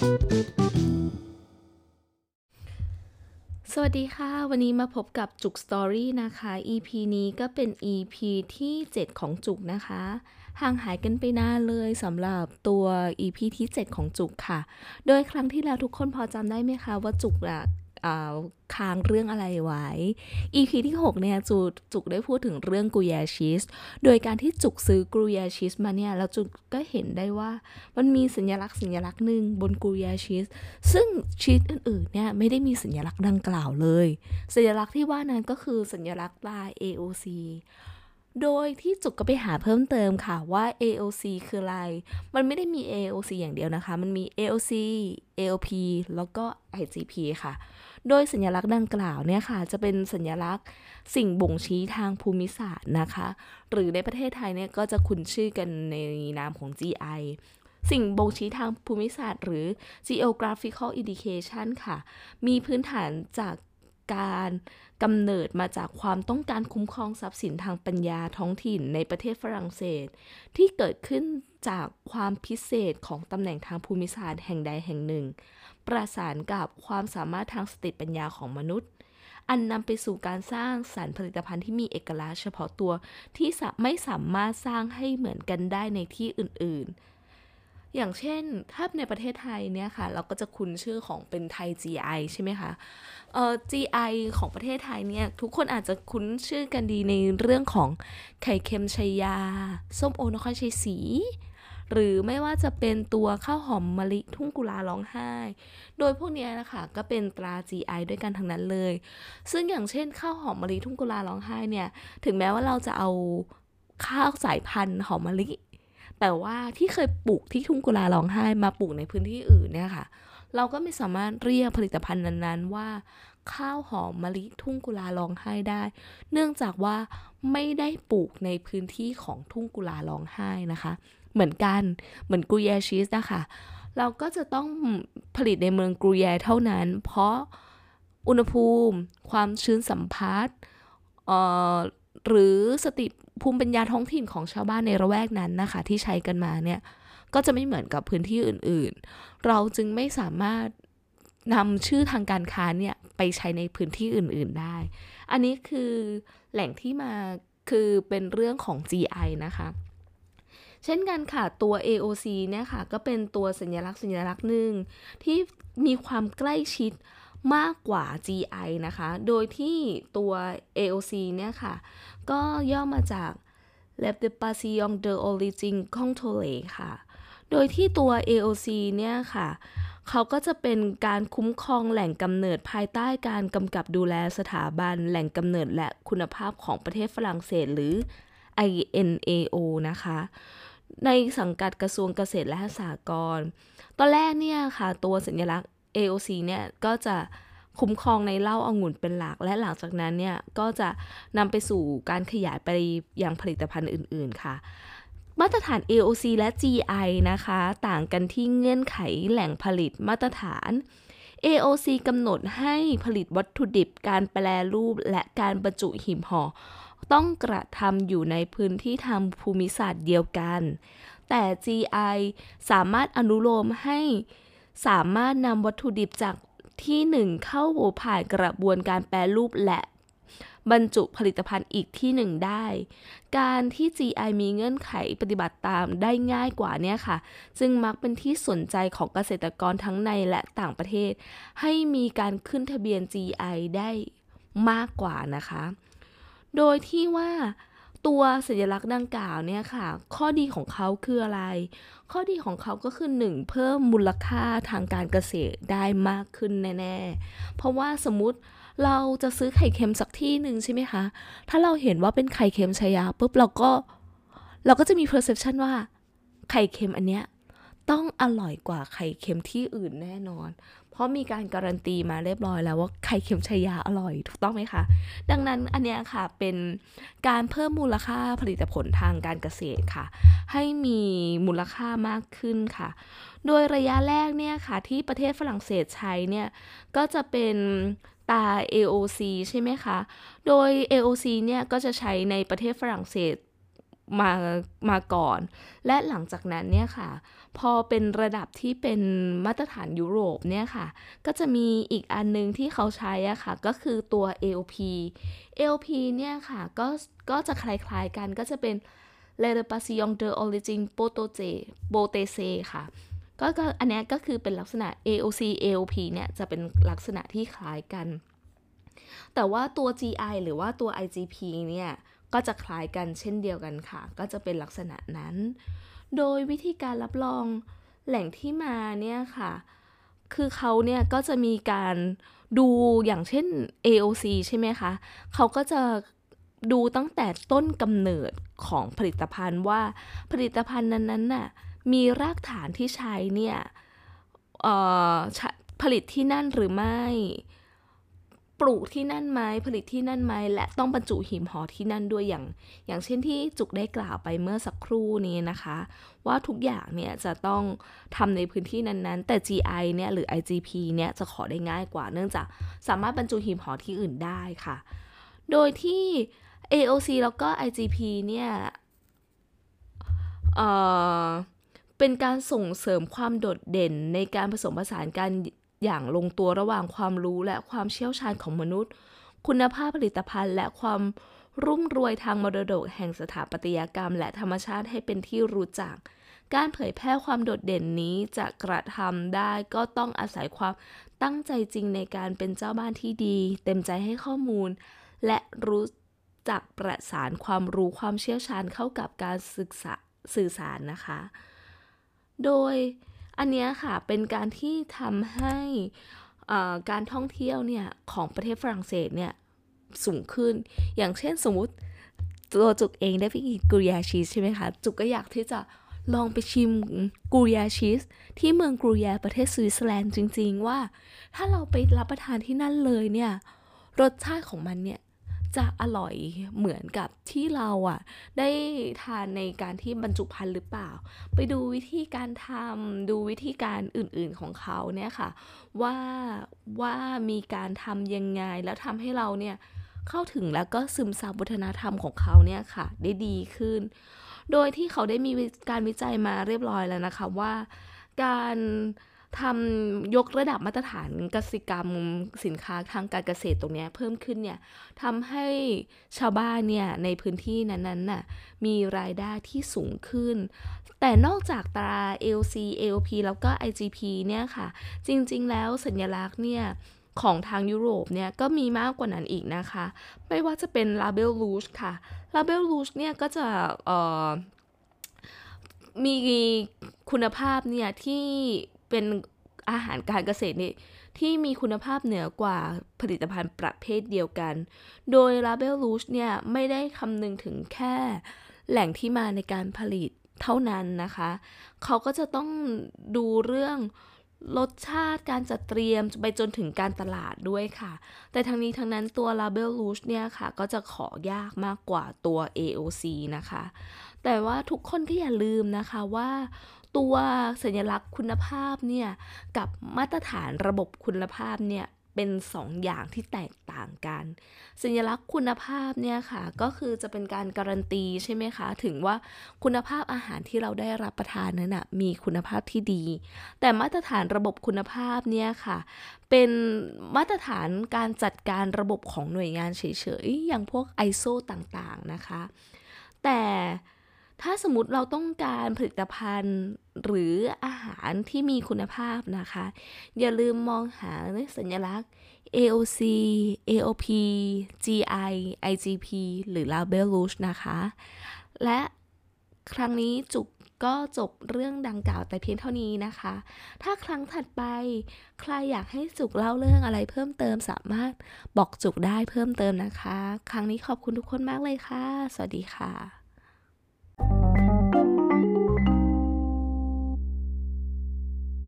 สวัสดีค่ะวันนี้มาพบกับจุกสตอรี่นะคะ EP นี้ก็เป็น EP ที่7ของจุกนะคะห่างหายกันไปนานเลยสำหรับตัว EP ที่7ของจุกค่ะโดยครั้งที่แล้วทุกคนพอจำได้ไหมคะว่าจุกค้างเรื่องอะไรไว้ EP ที่6เนี่ยจุกได้พูดถึงเรื่องกรูยาชีสโดยการที่จุกซื้อกรูยาชีสมาเนี่ยแล้วจุกก็เห็นได้ว่ามันมีสัญลักษณ์หนึ่งบนกรูยาชีสซึ่งชีสอื่นๆเนี่ยไม่ได้มีสัญลักษณ์ดังกล่าวเลยสัญลักษณ์ที่ว่านั้นก็คือสัญลักษณ์ปลา AOC โดยที่จุกก็ไปหาเพิ่มเติมค่ะว่า AOC คืออะไรมันไม่ได้มี AOC อย่างเดียวนะคะมันมี AOC AOP แล้วก็ IGP ค่ะโดยสัญลักษณ์ดังกล่าวเนี่ยค่ะจะเป็นสัญลักษณ์สิ่งบ่งชี้ทางภูมิศาสตร์นะคะหรือในประเทศไทยเนี่ยก็จะคุ้นชื่อกันในนามของ GI สิ่งบ่งชี้ทางภูมิศาสตร์หรือ geographical indication ค่ะมีพื้นฐานจากการกำเนิดมาจากความต้องการคุ้มครองทรัพย์สินทางปัญญาท้องถิ่นในประเทศฝรั่งเศสที่เกิดขึ้นจากความพิเศษของตำแหน่งทางภูมิศาสตร์แห่งใดแห่งหนึ่งประสานกับความสามารถทางสติปัญญาของมนุษย์อันนำไปสู่การสร้างสรรค์ผลิตภัณฑ์ที่มีเอกลักษณ์เฉพาะตัวที่ไม่สามารถสร้างให้เหมือนกันได้ในที่อื่นๆอย่างเช่นถ้าในประเทศไทยเนี่ยค่ะเราก็จะคุ้นชื่อของเป็นไทย GI ใช่ไหมคะGI ของประเทศไทยเนี่ยทุกคนอาจจะคุ้นชื่อกันดีในเรื่องของไข่เค็มชัยยาส้มโอนครชัยศรีหรือไม่ว่าจะเป็นตัวข้าวหอมมะลิทุ่งกุลาร้องไห้โดยพวกนี้นะคะก็เป็นตรา GI ด้วยกันทั้งนั้นเลยซึ่งอย่างเช่นข้าวหอมมะลิทุ่งกุลาร้องไห้เนี่ยถึงแม้ว่าเราจะเอาข้าวสายพันธุ์หอมมะลิแต่ว่าที่เคยปลูกที่ทุ่งกุลาร้องไห้มาปลูกในพื้นที่อื่นเนี่ยค่ะเราก็ไม่สามารถเรียกผลิตภัณฑ์นั้นๆว่าข้าวหอมมะลิทุ่งกุลาร้องไห้ได้เนื่องจากว่าไม่ได้ปลูกในพื้นที่ของทุ่งกุลาร้องไห้นะคะเหมือนกรูยาชีสนะคะเราก็จะต้องผลิตในเมืองกรูยาเท่านั้นเพราะอุณหภูมิความชื้นสัมผัสหรือสติภูมิปัญญาท้องถิ่นของชาวบ้านในละแวกนั้นนะคะที่ใช้กันมาเนี่ยก็จะไม่เหมือนกับพื้นที่อื่นๆเราจึงไม่สามารถนำชื่อทางการค้าเนี่ยไปใช้ในพื้นที่อื่นๆได้อันนี้คือแหล่งที่มาคือเป็นเรื่องของ GI นะคะเช่นกันค่ะตัว AOC เนี่ยค่ะก็เป็นตัวสัญลักษณ์หนึ่งที่มีความใกล้ชิดมากกว่า GI นะคะโดยที่ตัว AOC เนี่ยค่ะก็ย่อมาจาก L'Observation de l'Origine Contrôlée ค่ะโดยที่ตัว AOC เนี่ยค่ะเขาก็จะเป็นการคุ้มครองแหล่งกำเนิดภายใต้การกำกับดูแลสถาบันแหล่งกำเนิดและคุณภาพของประเทศฝรั่งเศสหรือ INAO นะคะในสังกัดกระทรวงเกษตรและสหกรณ์ตอนแรกเนี่ยค่ะตัวสัญลักษณ์ AOC เนี่ยก็จะคุ้มครองในเหล้าองุ่นเป็นหลักและหลังจากนั้นเนี่ยก็จะนำไปสู่การขยายไปยังผลิตภัณฑ์อื่นๆค่ะมาตรฐาน AOC และ GI นะคะต่างกันที่เงื่อนไขแหล่งผลิตมาตรฐาน AOC กำหนดให้ผลิตวัตถุดิบการแปรรูปและการบรรจุหีบห่อต้องกระทำอยู่ในพื้นที่ทางภูมิศาสตร์เดียวกันแต่ GI สามารถอนุโลมให้สามารถนำวัตถุดิบจากที่หนึ่งเข้าผ่านกระบวนการแปรรูปและบรรจุผลิตภัณฑ์อีกที่หนึ่งได้การที่ GI มีเงื่อนไขปฏิบัติตามได้ง่ายกว่าเนี่ยค่ะจึงมักเป็นที่สนใจของเกษตรกรทั้งในและต่างประเทศให้มีการขึ้นทะเบียน GI ได้มากกว่านะคะโดยที่ว่าตัวสัญลักษณ์ดังกล่าวเนี่ยค่ะข้อดีของเขาคืออะไรข้อดีของเขาก็คือ 1. เพิ่มมูลค่าทางการเกษตรได้มากขึ้นแน่ๆเพราะว่าสมมุติเราจะซื้อไข่เค็มสักที่หนึ่งใช่ไหมคะถ้าเราเห็นว่าเป็นไข่เค็มชายาปุ๊บเราก็จะมี perception ว่าไข่เค็มอันเนี้ยต้องอร่อยกว่าไข่เค็มที่อื่นแน่นอนเพราะมีการการันตีมาเรียบร้อยแล้วว่าไข่เค็มชายาอร่อยถูกต้องไหมคะดังนั้นอันเนี้ยค่ะเป็นการเพิ่มมูลค่าผลิตผลทางการเกษตรค่ะให้มีมูลค่ามากขึ้นค่ะโดยระยะแรกเนี่ยค่ะที่ประเทศฝรั่งเศสใช้เนี่ยก็จะเป็นตา AOC ใช่ไหมคะโดย AOC เนี่ยก็จะใช้ในประเทศฝรั่งเศสมามาก่อนและหลังจากนั้นเนี่ยค่ะพอเป็นระดับที่เป็นมาตรฐานยุโรปเนี่ยค่ะก็จะมีอีกอันนึงที่เขาใช้อะค่ะก็คือตัว AOP เนี่ยค่ะก็จะคล้ายๆกันก็จะเป็น L'Élévation de l'origine protégée ค่ะก็อันนี้ก็คือเป็นลักษณะ AOP เนี่ยจะเป็นลักษณะที่คล้ายกันแต่ว่าตัว GI หรือว่าตัว IGP เนี่ยก็จะคล้ายกันเช่นเดียวกันค่ะก็จะเป็นลักษณะนั้นโดยวิธีการรับรองแหล่งที่มาเนี่ยค่ะคือเขาเนี่ยก็จะมีการดูอย่างเช่น AOC ใช่ไหมคะเขาก็จะดูตั้งแต่ต้นกำเนิดของผลิตภัณฑ์ว่าผลิตภัณฑ์นั้นๆน่ะมีรากฐานที่ใช้เนี่ยผลิตที่นั่นหรือไม่ปลูกที่นั่นไหมผลิตที่นั่นไหมและต้องบรรจุหีบห่อที่นั่นด้วยอย่างเช่นที่จุกได้กล่าวไปเมื่อสักครู่นี้นะคะว่าทุกอย่างเนี่ยจะต้องทำในพื้นที่นั้นๆแต่ GI เนี่ยหรือ IGP เนี่ยจะขอได้ง่ายกว่าเนื่องจากสามารถบรรจุหีบห่อที่อื่นได้ค่ะโดยที่ AOC แล้วก็ IGP เนี่ยเป็นการส่งเสริมความโดดเด่นในการผสมผสานกันอย่างลงตัวระหว่างความรู้และความเชี่ยวชาญของมนุษย์คุณภาพผลิตภัณฑ์และความรุ่มรวยทางมรดกแห่งสถาปัตยกรรมและธรรมชาติให้เป็นที่รู้จักการเผยแพร่ความโดดเด่นนี้จะกระทำได้ก็ต้องอาศัยความตั้งใจจริงในการเป็นเจ้าบ้านที่ดีเต็มใจให้ข้อมูลและรู้จักประสานความรู้ความเชี่ยวชาญเข้ากับการสื่อสารนะคะโดยอันนี้ค่ะเป็นการที่ทำให้การท่องเที่ยวเนี่ยของประเทศฝรั่งเศสเนี่ยสูงขึ้นอย่างเช่นสมมุติตัวจุกเองได้ไปกินกูริยาชีสใช่ไหมคะจุกก็อยากที่จะลองไปชิมกูริยาชีสที่เมืองกูริยาประเทศสวิตเซอร์แลนด์จริงๆว่าถ้าเราไปรับประทานที่นั่นเลยเนี่ยรสชาติของมันเนี่ยจะอร่อยเหมือนกับที่เราได้ทานในการที่บรรจุภัณฑ์หรือเปล่าไปดูวิธีการทำดูวิธีการอื่นๆของเขาเนี่ยค่ะว่ามีการทำยังไงแล้วทำให้เราเนี่ยเข้าถึงแล้วก็ซึมซับวัฒนธรรมของเขาเนี่ยค่ะได้ดีขึ้นโดยที่เขาได้มีการวิจัยมาเรียบร้อยแล้วนะคะว่าการทำยกระดับมาตรฐานเกษตรกรรมสินค้าทางการเกษตรตรงนี้เพิ่มขึ้นเนี่ยทำให้ชาวบ้านเนี่ยในพื้นที่นั้นๆน่ะมีรายได้ที่สูงขึ้นแต่นอกจากตรา LC AOP แล้วก็ IGP เนี่ยค่ะจริงๆแล้วสัญลักษณ์เนี่ยของทางยุโรปเนี่ยก็มีมากกว่านั้นอีกนะคะไม่ว่าจะเป็น Label Rouge ค่ะ Label Rouge เนี่ยก็จะมีคุณภาพเนี่ยที่เป็นอาหารการเกษตรนี่ที่มีคุณภาพเหนือกว่าผลิตภัณฑ์ประเภทเดียวกันโดย Label Rouge เนี่ยไม่ได้คำนึงถึงแค่แหล่งที่มาในการผลิตเท่านั้นนะคะเขาก็จะต้องดูเรื่องรสชาติการจัดเตรียมไปจนถึงการตลาดด้วยค่ะแต่ทั้งนี้ทั้งนั้นตัว Label Rouge เนี่ยค่ะก็จะขอยากมากกว่าตัว AOC นะคะแต่ว่าทุกคนก็อย่าลืมนะคะว่าตัวสัญลักษณ์คุณภาพเนี่ยกับมาตรฐานระบบคุณภาพเนี่ยเป็น2 อย่างที่แตกต่างกันสัญลักษณ์คุณภาพเนี่ยค่ะก็คือจะเป็นการการันตีใช่ไหมคะถึงว่าคุณภาพอาหารที่เราได้รับประทานนั้นมีคุณภาพที่ดีแต่มาตรฐานระบบคุณภาพเนี่ยค่ะเป็นมาตรฐานการจัดการระบบของหน่วยงานเฉยๆอย่างพวก ISO ต่างๆนะคะแต่ถ้าสมมติเราต้องการผลิตภัณฑ์หรืออาหารที่มีคุณภาพนะคะอย่าลืมมองหาสัญลักษณ์ AOC AOP GI IGP หรือ Label Rouge นะคะและครั้งนี้จุกก็จบเรื่องดังกล่าวแต่เพียงเท่านี้นะคะถ้าครั้งถัดไปใครอยากให้จุกเล่าเรื่องอะไรเพิ่มเติมสามารถบอกจุกได้เพิ่มเติมนะคะครั้งนี้ขอบคุณทุกคนมากเลยค่ะสวัสดีค่ะ